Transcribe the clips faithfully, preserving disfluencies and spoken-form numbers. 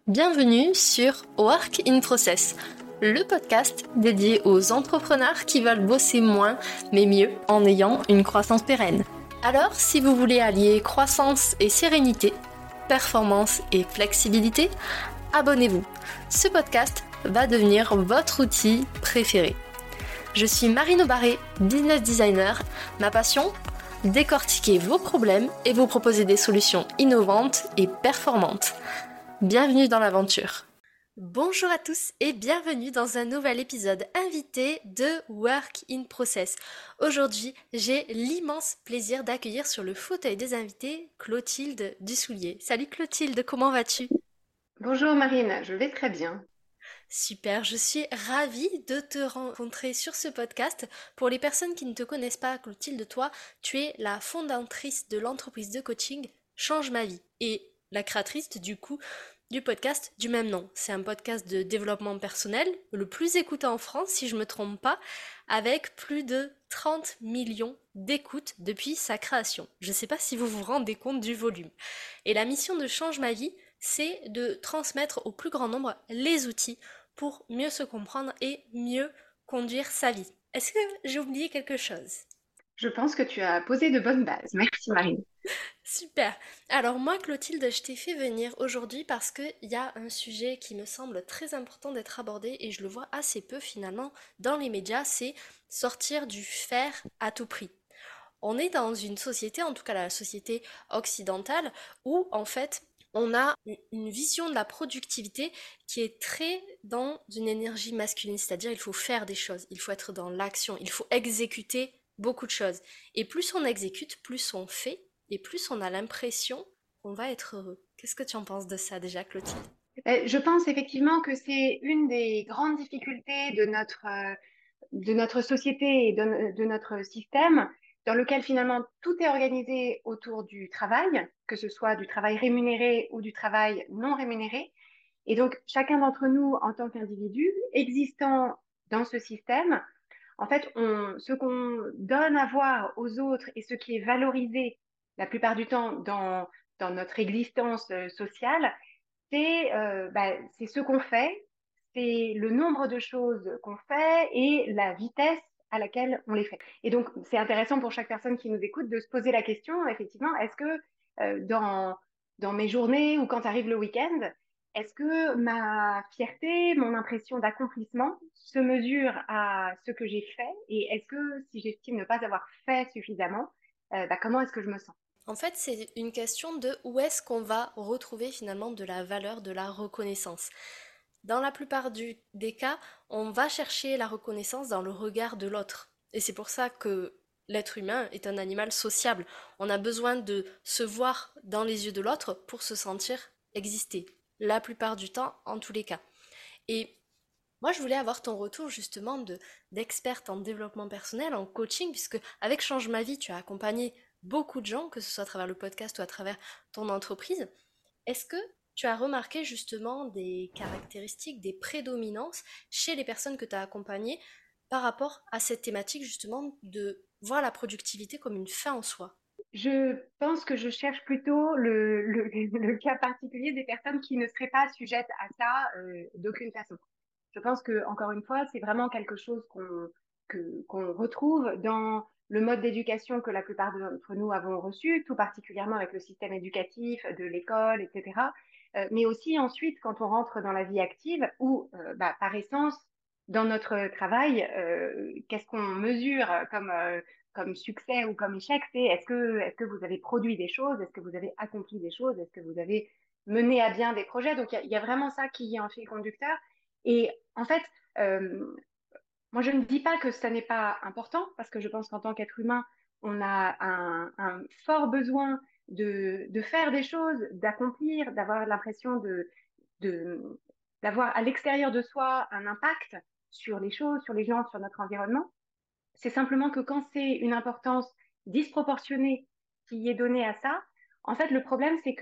Bienvenue sur Work in Process, le podcast dédié aux entrepreneurs qui veulent bosser moins mais mieux en ayant une croissance pérenne. Alors, si vous voulez allier croissance et sérénité, performance et flexibilité, abonnez-vous. Ce podcast va devenir votre outil préféré. Je suis Marine Aubaré, business designer. Ma passion ? Décortiquer vos problèmes et vous proposer des solutions innovantes et performantes. Bienvenue dans l'aventure. Bonjour à tous et bienvenue dans un nouvel épisode invité de Work in Process. Aujourd'hui, j'ai l'immense plaisir d'accueillir sur le fauteuil des invités Clotilde Dussoulier. Salut Clotilde, comment vas-tu ? Bonjour Marine, je vais très bien. Super, je suis ravie de te rencontrer sur ce podcast. Pour les personnes qui ne te connaissent pas, Clotilde, toi, tu es la fondatrice de l'entreprise de coaching Change ma vie et la créatrice du coup du podcast du même nom. C'est un podcast de développement personnel, le plus écouté en France si je ne me trompe pas, avec plus de trente millions d'écoutes depuis sa création. Je ne sais pas si vous vous rendez compte du volume. Et la mission de Change ma vie, c'est de transmettre au plus grand nombre les outils pour mieux se comprendre et mieux conduire sa vie. Est-ce que j'ai oublié quelque chose ? Je pense que tu as posé de bonnes bases. Merci Marine. Super. Alors moi, Clotilde, je t'ai fait venir aujourd'hui parce qu'il y a un sujet qui me semble très important d'être abordé et je le vois assez peu finalement dans les médias, c'est sortir du faire à tout prix. On est dans une société, en tout cas la société occidentale, où en fait on a une vision de la productivité qui est très dans une énergie masculine, c'est-à-dire il faut faire des choses, il faut être dans l'action, il faut exécuter beaucoup de choses. Et plus on exécute, plus on fait, et plus on a l'impression qu'on va être heureux. Qu'est-ce que tu en penses de ça déjà, Clotilde ? Euh, Je pense effectivement que c'est une des grandes difficultés de notre, euh, de notre société et de, de notre système, dans lequel finalement tout est organisé autour du travail, que ce soit du travail rémunéré ou du travail non rémunéré. Et donc, chacun d'entre nous, en tant qu'individu, existant dans ce système, en fait, on, ce qu'on donne à voir aux autres et ce qui est valorisé la plupart du temps dans, dans notre existence euh, sociale, c'est euh, bah, c'est ce qu'on fait, c'est le nombre de choses qu'on fait et la vitesse à laquelle on les fait. Et donc, c'est intéressant pour chaque personne qui nous écoute de se poser la question, effectivement, est-ce que euh, dans, dans mes journées ou quand arrive le week-end, est-ce que ma fierté, mon impression d'accomplissement se mesure à ce que j'ai fait? Et est-ce que si j'estime ne pas avoir fait suffisamment, euh, bah, comment est-ce que je me sens? En fait, c'est une question de où est-ce qu'on va retrouver finalement de la valeur, de la reconnaissance. Dans la plupart du- des cas, on va chercher la reconnaissance dans le regard de l'autre. Et c'est pour ça que l'être humain est un animal sociable. On a besoin de se voir dans les yeux de l'autre pour se sentir exister. La plupart du temps, en tous les cas. Et moi, je voulais avoir ton retour justement de d'experte en développement personnel, en coaching, puisque avec Change ma vie, tu as accompagné beaucoup de gens, que ce soit à travers le podcast ou à travers ton entreprise. Est-ce que tu as remarqué justement des caractéristiques, des prédominances chez les personnes que tu as accompagnées par rapport à cette thématique justement de voir la productivité comme une fin en soi? Je pense que je cherche plutôt le, le, le cas particulier des personnes qui ne seraient pas sujettes à ça euh, d'aucune façon. Je pense que, encore une fois, c'est vraiment quelque chose qu'on que, qu'on retrouve dans le mode d'éducation que la plupart d'entre nous avons reçu, tout particulièrement avec le système éducatif de l'école, et cetera. Euh, mais aussi ensuite, quand on rentre dans la vie active, où, euh, bah, par essence, dans notre travail, euh, qu'est-ce qu'on mesure comme, euh, comme succès ou comme échec? C'est est-ce que, est-ce que vous avez produit des choses? Est-ce que vous avez accompli des choses? Est-ce que vous avez mené à bien des projets? Donc, il y, y, a vraiment ça qui est un fil conducteur. Et en fait, euh, moi, je ne dis pas que ça n'est pas important, parce que je pense qu'en tant qu'être humain, on a un, un fort besoin de, de, faire des choses, d'accomplir, d'avoir l'impression de, de, d'avoir à l'extérieur de soi un impact sur les choses, sur les gens, sur notre environnement. C'est simplement que quand c'est une importance disproportionnée qui est donnée à ça, en fait, le problème, c'est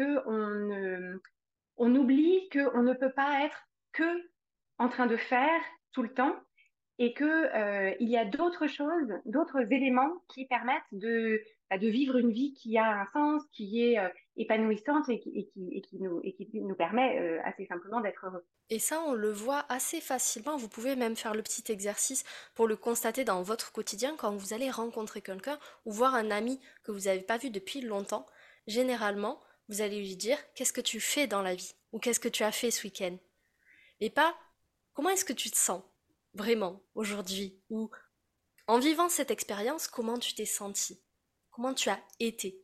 qu'on on oublie qu'on ne peut pas être que en train de faire tout le temps et que euh, il y a d'autres choses, d'autres éléments qui permettent de, bah, de vivre une vie qui a un sens, qui est euh, épanouissante et qui, et qui, et qui nous, et qui nous permet euh, assez simplement d'être heureux. Et ça, on le voit assez facilement. Vous pouvez même faire le petit exercice pour le constater dans votre quotidien quand vous allez rencontrer quelqu'un ou voir un ami que vous n'avez pas vu depuis longtemps. Généralement, vous allez lui dire qu'est-ce que tu fais dans la vie ou qu'est-ce que tu as fait ce week-end. Et pas comment est-ce que tu te sens vraiment aujourd'hui ou en vivant cette expérience, comment tu t'es senti, comment tu as été.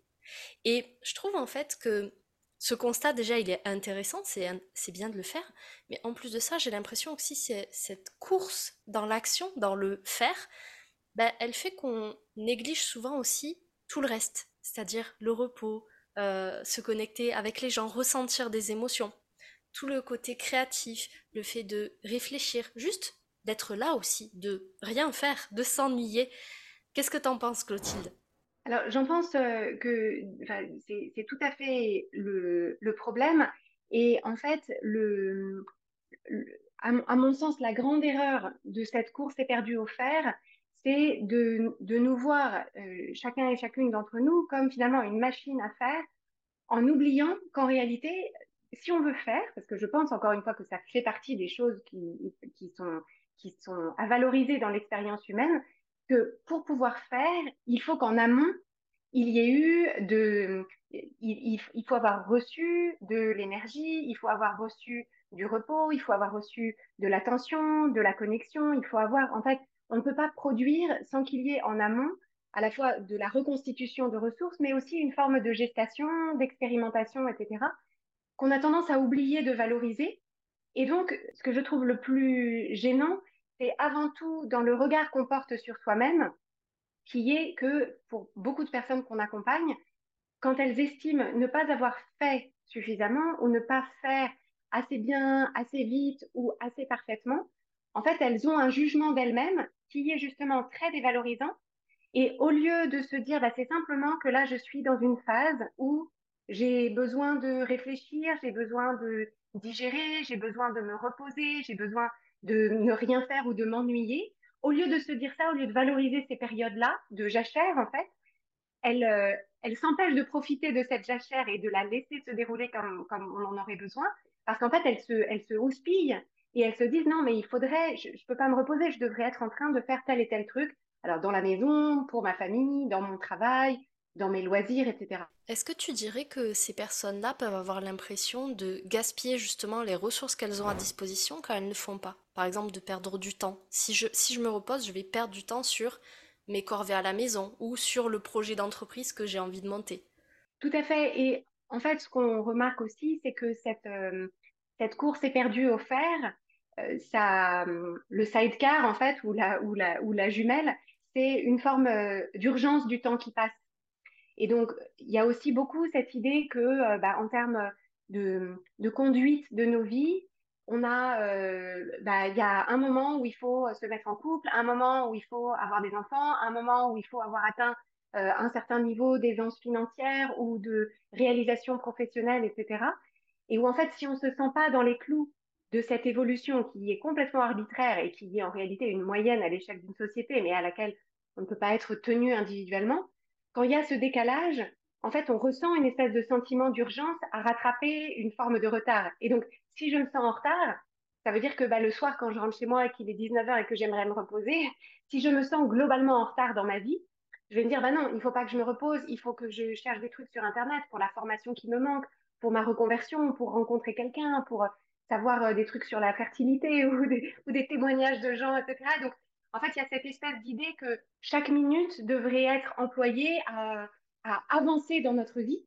Et je trouve en fait que ce constat, déjà, il est intéressant, c'est, c'est bien de le faire, mais en plus de ça, j'ai l'impression aussi que cette course dans l'action, dans le faire, ben, elle fait qu'on néglige souvent aussi tout le reste, c'est-à-dire le repos, euh, se connecter avec les gens, ressentir des émotions, tout le côté créatif, le fait de réfléchir, juste d'être là aussi, de rien faire, de s'ennuyer. Qu'est-ce que t'en penses, Clotilde? Alors, j'en pense euh, que enfin, c'est c'est tout à fait le, le problème. Et en fait, le, le- à, mon à mon sens, la grande erreur de cette course éperdue au fer, c'est de, de nous voir, euh, chacun et chacune d'entre nous, comme finalement une machine à faire, en oubliant qu'en réalité, si on veut faire, parce que je pense encore une fois que ça fait partie des choses qui, qui sont, qui sont à valoriser dans l'expérience humaine, que pour pouvoir faire, il faut qu'en amont, il y ait eu de, il, il, il faut avoir reçu de l'énergie, il faut avoir reçu du repos, il faut avoir reçu de l'attention, de la connexion, il faut avoir, en fait, on ne peut pas produire sans qu'il y ait en amont à la fois de la reconstitution de ressources, mais aussi une forme de gestation, d'expérimentation, et cetera, qu'on a tendance à oublier de valoriser. Et donc, ce que je trouve le plus gênant, c'est avant tout dans le regard qu'on porte sur soi-même, qui est que pour beaucoup de personnes qu'on accompagne, quand elles estiment ne pas avoir fait suffisamment ou ne pas faire assez bien, assez vite ou assez parfaitement, en fait, elles ont un jugement d'elles-mêmes qui est justement très dévalorisant et au lieu de se dire, bah, c'est simplement que là, je suis dans une phase où j'ai besoin de réfléchir, j'ai besoin de digérer, j'ai besoin de me reposer, j'ai besoin de ne rien faire ou de m'ennuyer. Au lieu de se dire ça, au lieu de valoriser ces périodes-là de jachère, en fait, elle, euh, elle s'empêche de profiter de cette jachère et de la laisser se dérouler comme, comme on en aurait besoin, parce qu'en fait, elle se, elle se houspille et elle se dit non, mais il faudrait, je, je peux pas me reposer, je devrais être en train de faire tel et tel truc, alors dans la maison, pour ma famille, dans mon travail, dans mes loisirs, et cetera. Est-ce que tu dirais que ces personnes-là peuvent avoir l'impression de gaspiller justement les ressources qu'elles ont à disposition quand elles ne font pas? Par exemple, de perdre du temps. Si je, si je me repose, je vais perdre du temps sur mes corvées à la maison ou sur le projet d'entreprise que j'ai envie de monter. Tout à fait. Et en fait, ce qu'on remarque aussi, c'est que cette, euh, cette course éperdue au fer, euh, ça, euh, le sidecar, en fait, ou la, ou la, ou la jumelle, c'est une forme euh, d'urgence du temps qui passe. Et donc, il y a aussi beaucoup cette idée que, euh, bah, en termes de, de conduite de nos vies, on a, euh, bah, il y a un moment où il faut se mettre en couple, un moment où il faut avoir des enfants, un moment où il faut avoir atteint euh, un certain niveau d'aisance financière ou de réalisation professionnelle, et cetera. Et où en fait, si on ne se sent pas dans les clous de cette évolution qui est complètement arbitraire et qui est en réalité une moyenne à l'échelle d'une société, mais à laquelle on ne peut pas être tenu individuellement, quand il y a ce décalage, en fait, on ressent une espèce de sentiment d'urgence à rattraper une forme de retard. Et donc, si je me sens en retard, ça veut dire que bah, le soir, quand je rentre chez moi et qu'il est dix-neuf heures et que j'aimerais me reposer, si je me sens globalement en retard dans ma vie, je vais me dire, bah non, il ne faut pas que je me repose, il faut que je cherche des trucs sur Internet pour la formation qui me manque, pour ma reconversion, pour rencontrer quelqu'un, pour savoir euh, des trucs sur la fertilité ou des, ou des témoignages de gens, et cetera. Donc, en fait, il y a cette espèce d'idée que chaque minute devrait être employée à, à avancer dans notre vie.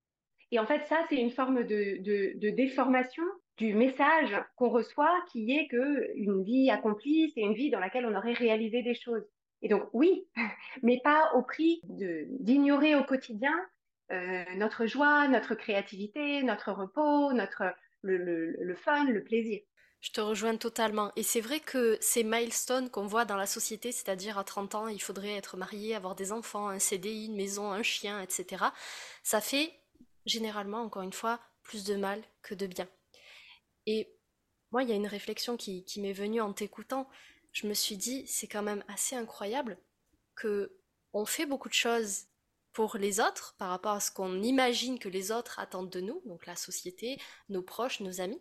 Et en fait, ça, c'est une forme de, de, de déformation du message qu'on reçoit, qui est que une vie accomplie, c'est une vie dans laquelle on aurait réalisé des choses. Et donc, oui, mais pas au prix de, d'ignorer au quotidien euh, notre joie, notre créativité, notre repos, notre, le, le, le fun, le plaisir. Je te rejoins totalement. Et c'est vrai que ces milestones qu'on voit dans la société, c'est-à-dire à trente ans, il faudrait être marié, avoir des enfants, un C D I, une maison, un chien, et cetera, ça fait généralement, encore une fois, plus de mal que de bien. Et moi, il y a une réflexion qui, qui m'est venue en t'écoutant. Je me suis dit, c'est quand même assez incroyable que on fait beaucoup de choses pour les autres, par rapport à ce qu'on imagine que les autres attendent de nous, donc la société, nos proches, nos amis.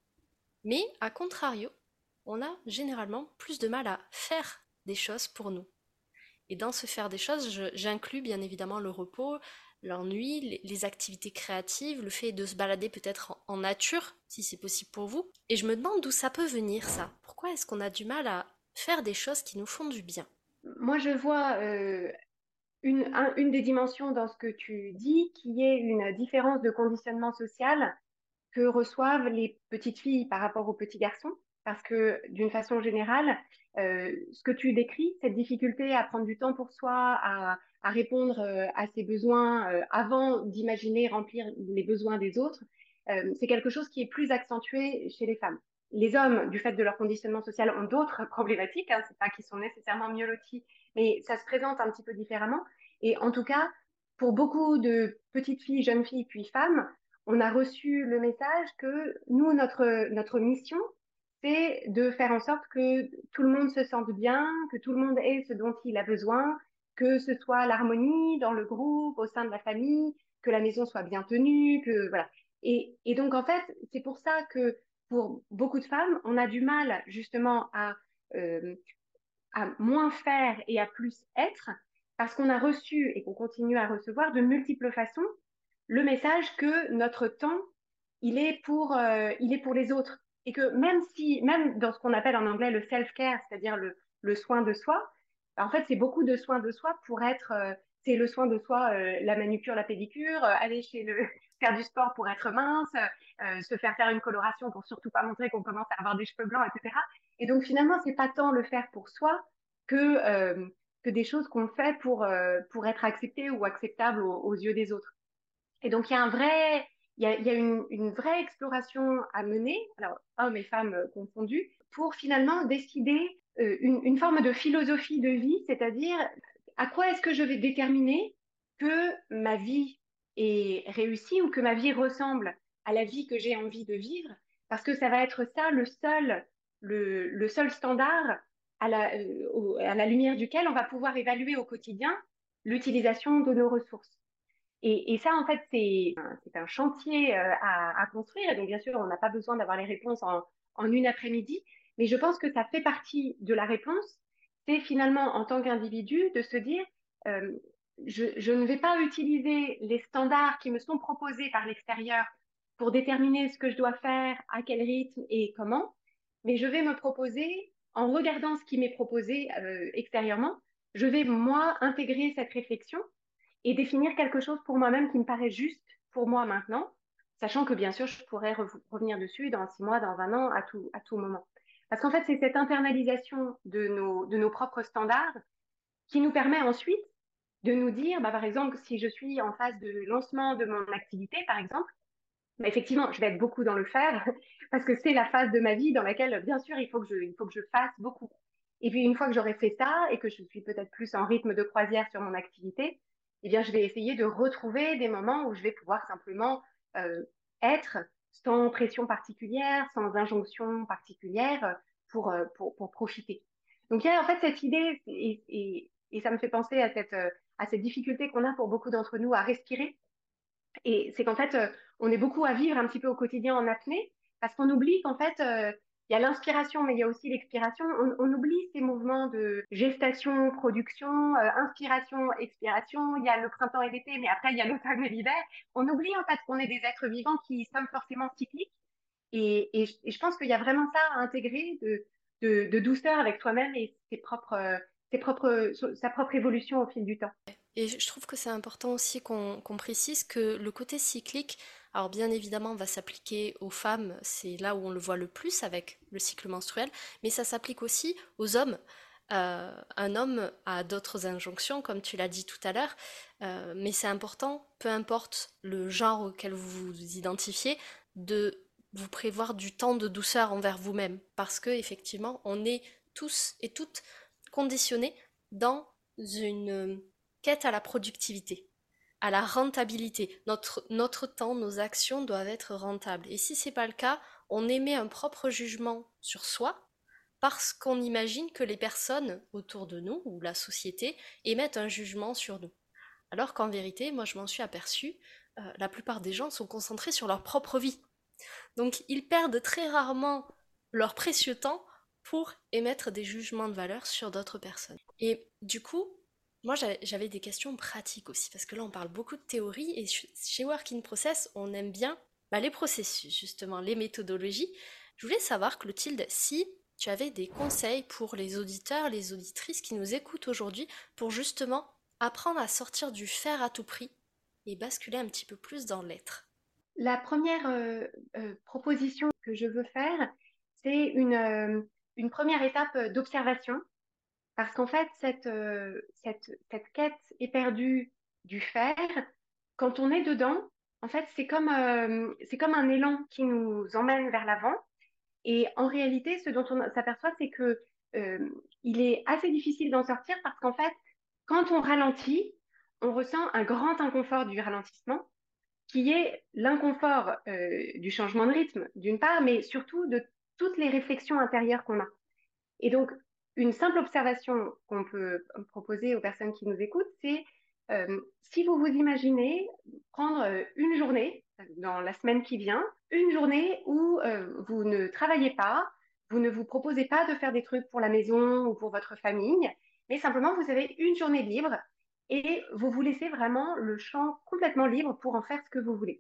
Mais, à contrario, on a généralement plus de mal à faire des choses pour nous. Et dans ce faire des choses, je- j'inclus bien évidemment le repos, l'ennui, les, les activités créatives, le fait de se balader peut-être en, en nature, si c'est possible pour vous. Et je me demande d'où ça peut venir, ça. Pourquoi est-ce qu'on a du mal à faire des choses qui nous font du bien? Moi, je vois euh, une, un- une des dimensions dans ce que tu dis, qui est une différence de conditionnement social que reçoivent les petites filles par rapport aux petits garçons, parce que d'une façon générale, euh, ce que tu décris, cette difficulté à prendre du temps pour soi, à, à répondre euh, à ses besoins euh, avant d'imaginer remplir les besoins des autres, euh, c'est quelque chose qui est plus accentué chez les femmes. Les hommes, du fait de leur conditionnement social, ont d'autres problématiques, hein, c'est pas qu'ils sont nécessairement mieux lotis, mais ça se présente un petit peu différemment. Et en tout cas, pour beaucoup de petites filles, jeunes filles, puis femmes, on a reçu le message que nous, notre, notre mission, c'est de faire en sorte que tout le monde se sente bien, que tout le monde ait ce dont il a besoin, que ce soit l'harmonie dans le groupe, au sein de la famille, que la maison soit bien tenue, que voilà. Et, et donc, en fait, c'est pour ça que pour beaucoup de femmes, on a du mal justement à, euh, à moins faire et à plus être, parce qu'on a reçu et qu'on continue à recevoir de multiples façons le message que notre temps, il est pour, euh, il est pour les autres. Et que même si, même dans ce qu'on appelle en anglais le self-care, c'est-à-dire le, le soin de soi, en fait, c'est beaucoup de soins de soi pour être, euh, c'est le soin de soi, euh, la manucure, la pédicure, euh, aller chez le, faire du sport pour être mince, euh, se faire faire une coloration pour surtout pas montrer qu'on commence à avoir des cheveux blancs, et cetera. Et donc finalement, c'est pas tant le faire pour soi que, euh, que des choses qu'on fait pour, euh, pour être accepté ou acceptable aux, aux yeux des autres. Et donc, il y a un vrai, il y a, il y a une, une vraie exploration à mener, alors hommes et femmes euh, confondus, pour finalement décider euh, une, une forme de philosophie de vie, c'est-à-dire à quoi est-ce que je vais déterminer que ma vie est réussie ou que ma vie ressemble à la vie que j'ai envie de vivre, parce que ça va être ça le seul, le, le seul standard à la, euh, au- à la lumière duquel on va pouvoir évaluer au quotidien l'utilisation de nos ressources. Et, et ça, en fait, c'est c'est un chantier euh, à, à construire. Et donc, bien sûr, on n'a pas besoin d'avoir les réponses en, en une après-midi, mais je pense que ça fait partie de la réponse. C'est finalement, en tant qu'individu, de se dire, euh, je, je ne vais pas utiliser les standards qui me sont proposés par l'extérieur pour déterminer ce que je dois faire, à quel rythme et comment, mais je vais me proposer, en regardant ce qui m'est proposé euh, extérieurement, je vais, moi, intégrer cette réflexion et définir quelque chose pour moi-même qui me paraît juste pour moi maintenant, sachant que bien sûr, je pourrais re- revenir dessus dans six mois, dans un an, à tout, à tout moment. Parce qu'en fait, c'est cette internalisation de nos, de nos propres standards qui nous permet ensuite de nous dire, bah, par exemple, si je suis en phase de lancement de mon activité, par exemple, bah, effectivement, je vais être beaucoup dans le faire parce que c'est la phase de ma vie dans laquelle, bien sûr, il faut que je, il faut que je fasse beaucoup. Et puis, une fois que j'aurai fait ça et que je suis peut-être plus en rythme de croisière sur mon activité, eh bien, je vais essayer de retrouver des moments où je vais pouvoir simplement euh, être sans pression particulière, sans injonction particulière pour, euh, pour, pour profiter. Donc, il y a en fait cette idée, et, et, et ça me fait penser à cette, euh, à cette difficulté qu'on a pour beaucoup d'entre nous à respirer, et c'est qu'en fait, euh, on est beaucoup à vivre un petit peu au quotidien en apnée, parce qu'on oublie qu'en fait, euh, il y a l'inspiration, mais il y a aussi l'expiration. On, on oublie ces mouvements de gestation, production, euh, inspiration, expiration. Il y a le printemps et l'été, mais après, il y a l'automne et l'hiver. On oublie en fait qu'on est des êtres vivants qui sommes forcément cycliques. Et, et, je- et je pense qu'il y a vraiment ça à intégrer de, de, de douceur avec soi-même et ses propres, euh, ses propres, sa propre évolution au fil du temps. Et je trouve que c'est important aussi qu'on qu'on précise que le côté cyclique, alors bien évidemment, va s'appliquer aux femmes, c'est là où on le voit le plus avec le cycle menstruel, mais ça s'applique aussi aux hommes. Euh, un homme a d'autres injonctions, comme tu l'as dit tout à l'heure, euh, mais c'est important, peu importe le genre auquel vous vous identifiez, de vous prévoir du temps de douceur envers vous-même, parce que effectivement, on est tous et toutes conditionnés dans une quête à la productivité, à la rentabilité. Notre, notre temps, nos actions doivent être rentables. Et si c'est pas le cas, on émet un propre jugement sur soi parce qu'on imagine que les personnes autour de nous ou la société émettent un jugement sur nous. Alors qu'en vérité, moi je m'en suis aperçue, euh, la plupart des gens sont concentrés sur leur propre vie. Donc ils perdent très rarement leur précieux temps pour émettre des jugements de valeur sur d'autres personnes. Et du coup, moi j'avais des questions pratiques aussi, parce que là on parle beaucoup de théorie, et chez Work in Process, on aime bien bah, les processus, justement, les méthodologies. Je voulais savoir, Clotilde, si tu avais des conseils pour les auditeurs, les auditrices qui nous écoutent aujourd'hui, pour justement apprendre à sortir du faire à tout prix et basculer un petit peu plus dans l'être. La première euh, euh, proposition que je veux faire, c'est une, euh, une première étape d'observation, parce qu'en fait, cette, euh, cette, cette quête éperdue du faire, quand on est dedans, en fait, c'est comme, euh, c'est comme un élan qui nous emmène vers l'avant. Et en réalité, ce dont on s'aperçoit, c'est que euh, il est assez difficile d'en sortir parce qu'en fait, quand on ralentit, on ressent un grand inconfort du ralentissement qui est l'inconfort euh, du changement de rythme, d'une part, mais surtout de toutes les réflexions intérieures qu'on a. Et donc, une simple observation qu'on peut proposer aux personnes qui nous écoutent, c'est euh, si vous vous imaginez prendre euh, une journée dans la semaine qui vient, une journée où euh, vous ne travaillez pas, vous ne vous proposez pas de faire des trucs pour la maison ou pour votre famille, mais simplement vous avez une journée libre et vous vous laissez vraiment le champ complètement libre pour en faire ce que vous voulez.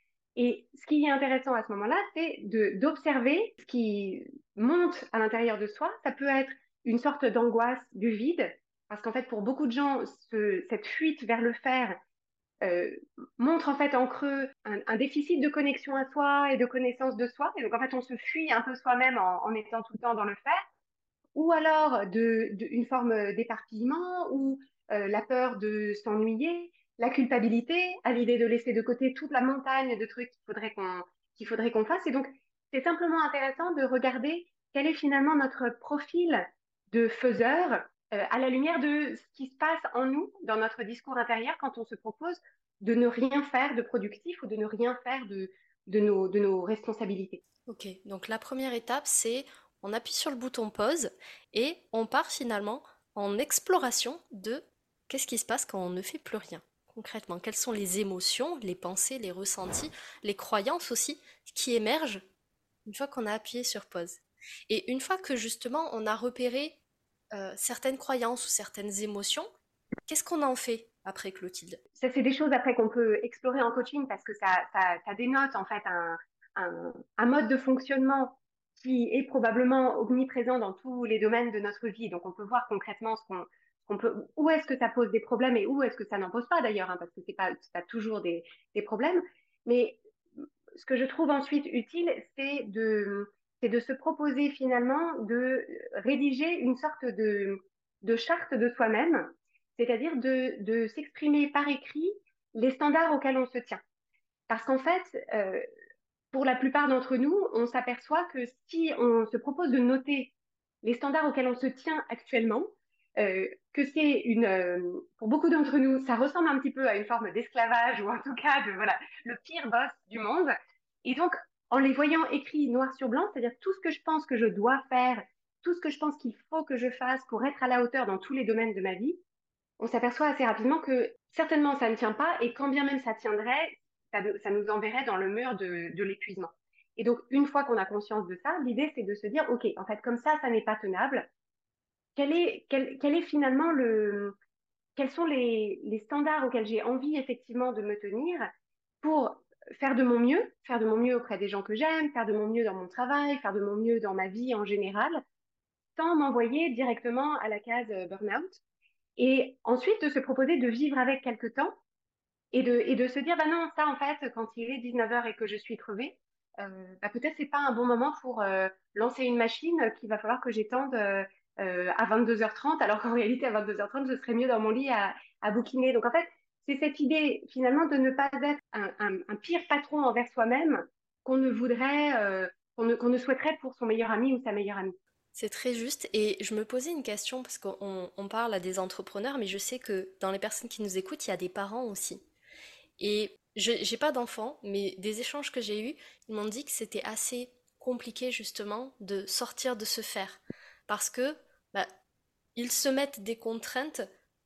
Et ce qui est intéressant à ce moment-là, c'est de, d'observer ce qui monte à l'intérieur de soi. Ça peut être une sorte d'angoisse du vide, parce qu'en fait, pour beaucoup de gens, ce, cette fuite vers le faire euh, montre en fait en creux un, un, déficit de connexion à soi et de connaissance de soi. Et donc, en fait, on se fuit un peu soi-même en, en étant tout le temps dans le faire. Ou alors de, de, une forme d'éparpillement ou euh, la peur de s'ennuyer, la culpabilité à l'idée de laisser de côté toute la montagne de trucs qu'il faudrait qu'on qu'il faudrait qu'on fasse. Et donc, c'est simplement intéressant de regarder quel est finalement notre profil de faiseur euh, à la lumière de ce qui se passe en nous, dans notre discours intérieur, quand on se propose de ne rien faire de productif ou de ne rien faire de, de, nos, de nos responsabilités. Ok, donc la première étape, c'est on appuie sur le bouton pause et on part finalement en exploration de qu'est-ce qui se passe quand on ne fait plus rien. Concrètement, quelles sont les émotions, les pensées, les ressentis, les croyances aussi qui émergent une fois qu'on a appuyé sur pause. Et une fois que justement on a repéré euh, certaines croyances ou certaines émotions, qu'est-ce qu'on en fait après, Clotilde? Ça, c'est des choses après qu'on peut explorer en coaching parce que ça, ça, ça dénote en fait un, un, un, mode de fonctionnement qui est probablement omniprésent dans tous les domaines de notre vie. Donc, on peut voir concrètement ce qu'on, qu'on peut, où est-ce que ça pose des problèmes et où est-ce que ça n'en pose pas d'ailleurs, hein, parce que c'est pas, c'est pas toujours des, des problèmes. Mais ce que je trouve ensuite utile, c'est de, c'est de se proposer finalement de rédiger une sorte de, de charte de soi-même, c'est-à-dire de, de s'exprimer par écrit les standards auxquels on se tient. Parce qu'en fait, euh, pour la plupart d'entre nous, on s'aperçoit que si on se propose de noter les standards auxquels on se tient actuellement, euh, que c'est une, euh, pour beaucoup d'entre nous, ça ressemble un petit peu à une forme d'esclavage ou en tout cas de voilà le pire boss du monde. Et donc, en les voyant écrits noir sur blanc, c'est-à-dire tout ce que je pense que je dois faire, tout ce que je pense qu'il faut que je fasse pour être à la hauteur dans tous les domaines de ma vie, on s'aperçoit assez rapidement que certainement ça ne tient pas et quand bien même ça tiendrait, ça, ça nous enverrait dans le mur de, de l'épuisement. Et donc, une fois qu'on a conscience de ça, l'idée c'est de se dire, OK, en fait, comme ça, ça n'est pas tenable. Quel est, quel, quel est finalement le, quels sont les, les standards auxquels j'ai envie effectivement de me tenir pour faire de mon mieux, faire de mon mieux auprès des gens que j'aime, faire de mon mieux dans mon travail, faire de mon mieux dans ma vie en général, sans m'envoyer directement à la case burn-out. Et ensuite, de se proposer de vivre avec quelque temps et de, et de se dire, bah non, ça, en fait, quand il est dix-neuf heures et que je suis crevée, euh, bah peut-être c'est pas un bon moment pour euh, lancer une machine qu'il va falloir que j'étende euh, euh, à vingt-deux heures trente, alors qu'en réalité, à vingt-deux heures trente, je serais mieux dans mon lit à, à bouquiner. Donc, en fait, c'est cette idée, finalement, de ne pas être un, un, un pire patron envers soi-même qu'on ne voudrait, euh, qu'on ne, qu'on ne souhaiterait pour son meilleur ami ou sa meilleure amie. C'est très juste et je me posais une question parce qu'on on parle à des entrepreneurs, mais je sais que dans les personnes qui nous écoutent, il y a des parents aussi. Et je j'ai pas d'enfants, mais des échanges que j'ai eus, ils m'ont dit que c'était assez compliqué justement de sortir de ce faire parce que bah, ils se mettent des contraintes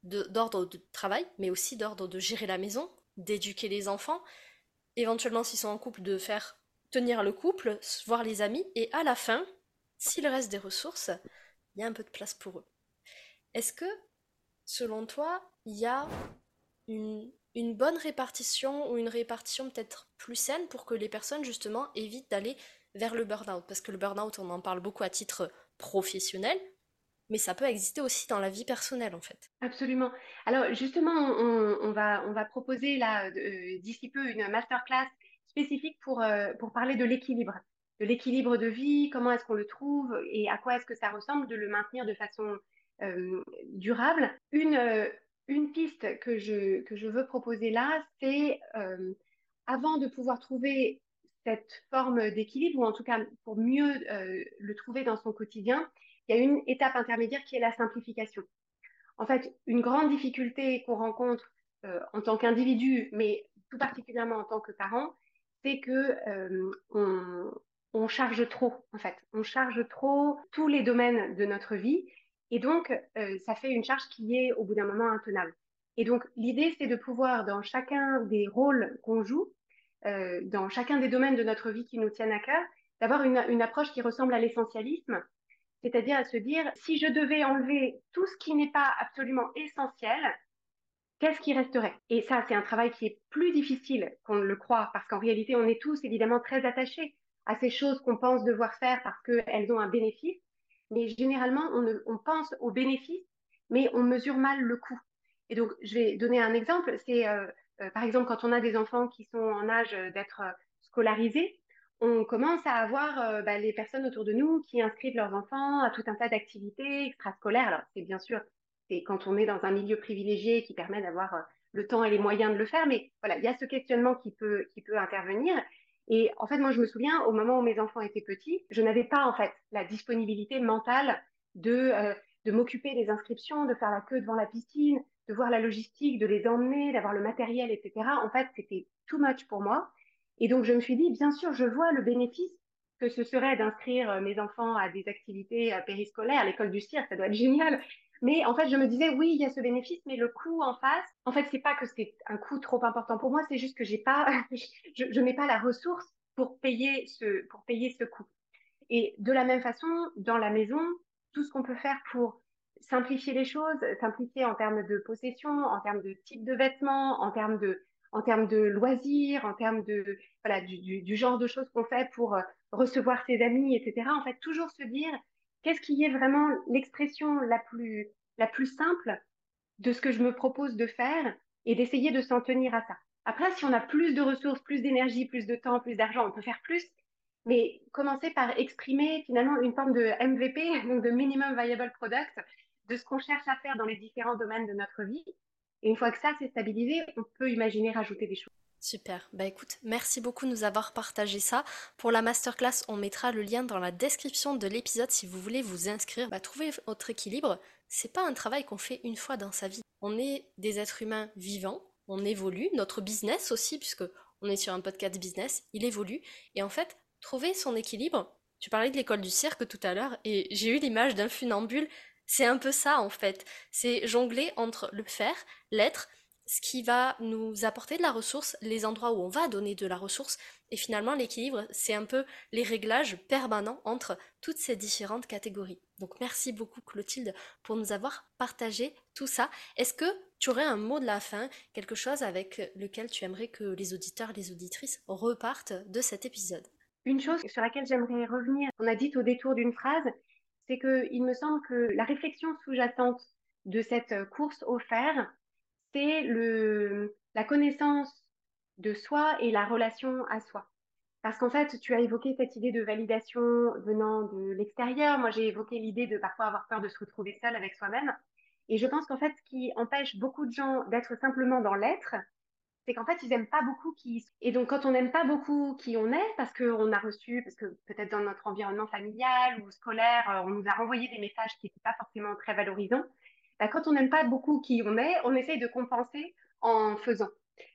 de- d'ordre de travail, mais aussi d'ordre de gérer la maison, d'éduquer les enfants, éventuellement s'ils sont en couple, de faire tenir le couple, voir les amis, et à la fin, s'il reste des ressources, il y a un peu de place pour eux. Est-ce que, selon toi, il y a une, une bonne répartition ou une répartition peut-être plus saine pour que les personnes justement évitent d'aller vers le burn-out? Parce que le burn-out, on en parle beaucoup à titre professionnel, mais ça peut exister aussi dans la vie personnelle en fait. Absolument. Alors justement, on, on va, on va proposer là euh, d'ici peu une masterclass spécifique pour, euh, pour parler de l'équilibre, de l'équilibre de vie, comment est-ce qu'on le trouve et à quoi est-ce que ça ressemble de le maintenir de façon euh, durable. Une, euh, une piste que je, que je veux proposer là, c'est euh, avant de pouvoir trouver cette forme d'équilibre, ou en tout cas pour mieux euh, le trouver dans son quotidien, il y a une étape intermédiaire qui est la simplification. En fait, une grande difficulté qu'on rencontre euh, en tant qu'individu, mais tout particulièrement en tant que parent, c'est que euh, on, on charge trop, en fait. On charge trop tous les domaines de notre vie, et donc euh, ça fait une charge qui est au bout d'un moment intenable. Et donc l'idée, c'est de pouvoir, dans chacun des rôles qu'on joue, euh, dans chacun des domaines de notre vie qui nous tiennent à cœur, d'avoir une, une approche qui ressemble à l'essentialisme, c'est-à-dire à se dire, si je devais enlever tout ce qui n'est pas absolument essentiel, qu'est-ce qui resterait? Et ça, c'est un travail qui est plus difficile qu'on ne le croit, parce qu'en réalité, on est tous évidemment très attachés à ces choses qu'on pense devoir faire parce qu'elles ont un bénéfice. Mais généralement, on, ne- on pense au bénéfice, mais on mesure mal le coût. Et donc, je vais donner un exemple. C'est, euh, euh, par exemple, quand on a des enfants qui sont en âge d'être euh, scolarisés, on commence à avoir euh, bah, les personnes autour de nous qui inscrivent leurs enfants à tout un tas d'activités extrascolaires. Alors, c'est bien sûr c'est quand on est dans un milieu privilégié qui permet d'avoir euh, le temps et les moyens de le faire. Mais voilà, il y a ce questionnement qui peut, qui peut intervenir. Et en fait, moi, je me souviens, au moment où mes enfants étaient petits, je n'avais pas en fait la disponibilité mentale de, euh, de m'occuper des inscriptions, de faire la queue devant la piscine, de voir la logistique, de les emmener, d'avoir le matériel, et cetera. En fait, c'était too much pour moi. Et donc, je me suis dit, bien sûr, je vois le bénéfice que ce serait d'inscrire euh, mes enfants à des activités euh, périscolaires, l'école du cirque, ça doit être génial. Mais en fait, je me disais, oui, il y a ce bénéfice, mais le coût en face, en fait, c'est pas que c'est un coût trop important pour moi, c'est juste que j'ai pas, je, je n'ai pas la ressource pour payer ce, pour payer ce coût. Et de la même façon, dans la maison, tout ce qu'on peut faire pour simplifier les choses, simplifier en termes de possession, en termes de type de vêtements, en termes de, en termes de loisirs, en termes de, voilà, du, du, du genre de choses qu'on fait pour euh, recevoir ses amis, et cetera. En fait, toujours se dire qu'est-ce qui est vraiment l'expression la plus, la plus simple de ce que je me propose de faire et d'essayer de s'en tenir à ça. Après, si on a plus de ressources, plus d'énergie, plus de temps, plus d'argent, on peut faire plus, mais commencer par exprimer finalement une forme de M V P, donc de Minimum Viable Product, de ce qu'on cherche à faire dans les différents domaines de notre vie. Et une fois que ça s'est stabilisé, on peut imaginer rajouter des choses. Super. Bah écoute, merci beaucoup de nous avoir partagé ça. Pour la masterclass, on mettra le lien dans la description de l'épisode si vous voulez vous inscrire. Bah, trouver votre équilibre, c'est pas un travail qu'on fait une fois dans sa vie. On est des êtres humains vivants, on évolue, notre business aussi, puisque on est sur un podcast business, il évolue. Et en fait, trouver son équilibre, tu parlais de l'école du cirque tout à l'heure, et j'ai eu l'image d'un funambule. C'est un peu ça en fait. C'est jongler entre le faire, l'être, ce qui va nous apporter de la ressource, les endroits où on va donner de la ressource, et finalement l'équilibre, c'est un peu les réglages permanents entre toutes ces différentes catégories. Donc merci beaucoup Clotilde pour nous avoir partagé tout ça. Est-ce que tu aurais un mot de la fin, quelque chose avec lequel tu aimerais que les auditeurs, les auditrices repartent de cet épisode? Une chose sur laquelle j'aimerais revenir, on a dit au détour d'une phrase, c'est que il me semble que la réflexion sous-jacente de cette course au fer, c'est le, la connaissance de soi et la relation à soi. Parce qu'en fait, tu as évoqué cette idée de validation venant de l'extérieur. Moi, j'ai évoqué l'idée de parfois avoir peur de se retrouver seul avec soi-même. Et je pense qu'en fait, ce qui empêche beaucoup de gens d'être simplement dans l'être, c'est qu'en fait, ils aiment pas beaucoup qui. Et donc, quand on n'aime pas beaucoup qui on est, parce qu'on a reçu, parce que peut-être dans notre environnement familial ou scolaire, euh, on nous a renvoyé des messages qui n'étaient pas forcément très valorisants, bah, quand on n'aime pas beaucoup qui on est, on essaye de compenser en faisant.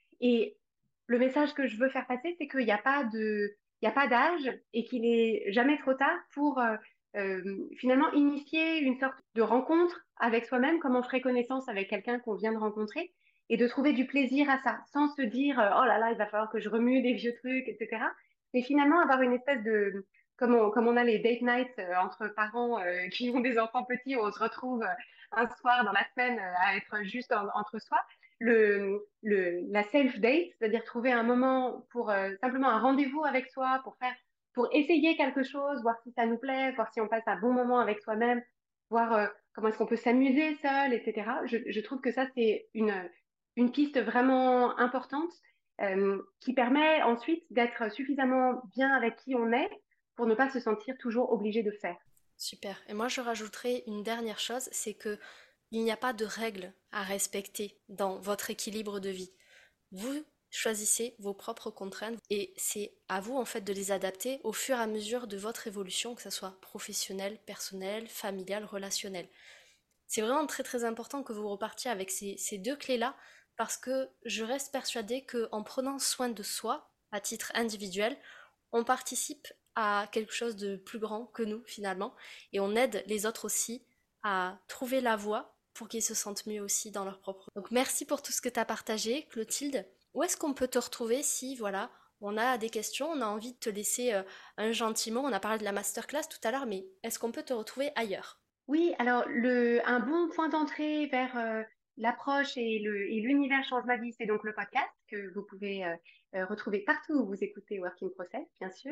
Et le message que je veux faire passer, c'est qu'il n'y a pas de, il y a pas d'âge et qu'il est jamais trop tard pour euh, euh, finalement initier une sorte de rencontre avec soi-même, comme on ferait connaissance avec quelqu'un qu'on vient de rencontrer, et de trouver du plaisir à ça, sans se dire euh, oh là là, il va falloir que je remue des vieux trucs, et cetera. Mais finalement avoir une espèce de, comme on, comme on a les date nights euh, entre parents euh, qui ont des enfants petits, où on se retrouve euh, un soir dans la semaine euh, à être juste en- entre soi. Le, le, la self-date, c'est-à-dire trouver un moment pour euh, simplement un rendez-vous avec soi, pour faire pour essayer quelque chose, voir si ça nous plaît, voir si on passe un bon moment avec soi-même, voir euh, comment est-ce qu'on peut s'amuser seul, et cetera. Je, je trouve que ça, c'est une, une piste vraiment importante euh, qui permet ensuite d'être suffisamment bien avec qui on est pour ne pas se sentir toujours obligé de faire. Super. Et moi, je rajouterais une dernière chose, c'est que il n'y a pas de règles à respecter dans votre équilibre de vie. Vous choisissez vos propres contraintes et c'est à vous en fait de les adapter au fur et à mesure de votre évolution, que ce soit professionnelle, personnelle, familiale, relationnelle. C'est vraiment très très important que vous repartiez avec ces, ces deux clés-là parce que je reste persuadée qu'en prenant soin de soi à titre individuel, on participe à quelque chose de plus grand que nous finalement et on aide les autres aussi à trouver la voie pour qu'ils se sentent mieux aussi dans leur propre. Donc merci pour tout ce que tu as partagé, Clotilde. Où est-ce qu'on peut te retrouver si voilà, on a des questions, on a envie de te laisser euh, un gentil mot, on a parlé de la masterclass tout à l'heure, mais est-ce qu'on peut te retrouver ailleurs? Oui, alors le, un bon point d'entrée vers euh, l'approche et le, et l'univers change ma vie, c'est donc le podcast que vous pouvez euh, euh, retrouver partout où vous écoutez Working Process, bien sûr.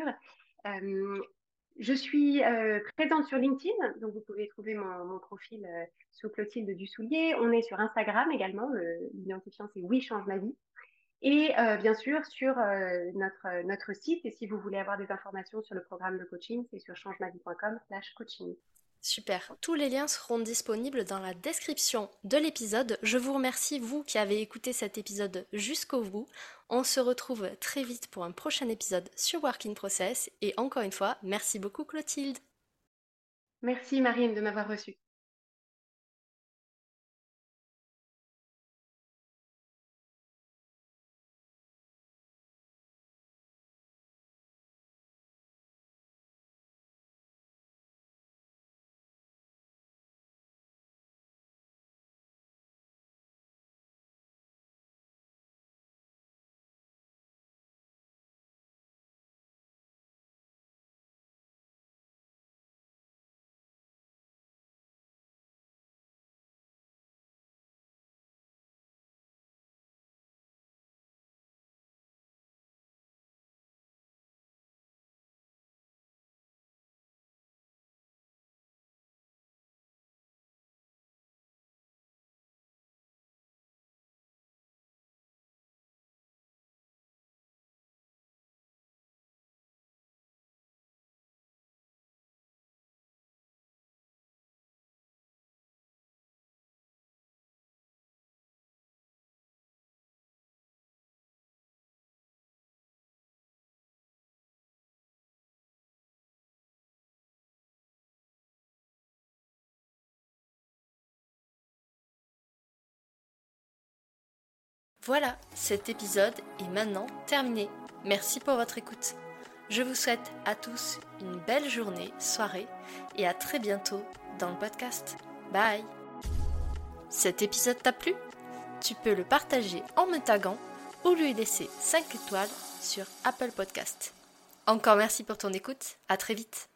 Euh, je suis euh, présente sur LinkedIn, donc vous pouvez trouver mon, mon profil euh, sous Clotilde Dussoulier. On est sur Instagram également, le- l'identifiant c'est Oui change ma vie. Et euh, bien sûr sur euh, notre, notre site, et si vous voulez avoir des informations sur le programme de coaching, c'est sur changemavie point com slash coaching. Super. Tous les liens seront disponibles dans la description de l'épisode. Je vous remercie, vous qui avez écouté cet épisode jusqu'au bout. On se retrouve très vite pour un prochain épisode sur Work in Process. Et encore une fois, merci beaucoup Clotilde. Merci Marine de m'avoir reçue. Voilà, cet épisode est maintenant terminé. Merci pour votre écoute. Je vous souhaite à tous une belle journée, soirée et à très bientôt dans le podcast. Bye. Cet épisode t'a plu? Tu peux le partager en me taguant ou lui laisser cinq étoiles sur Apple Podcast. Encore merci pour ton écoute, à très vite.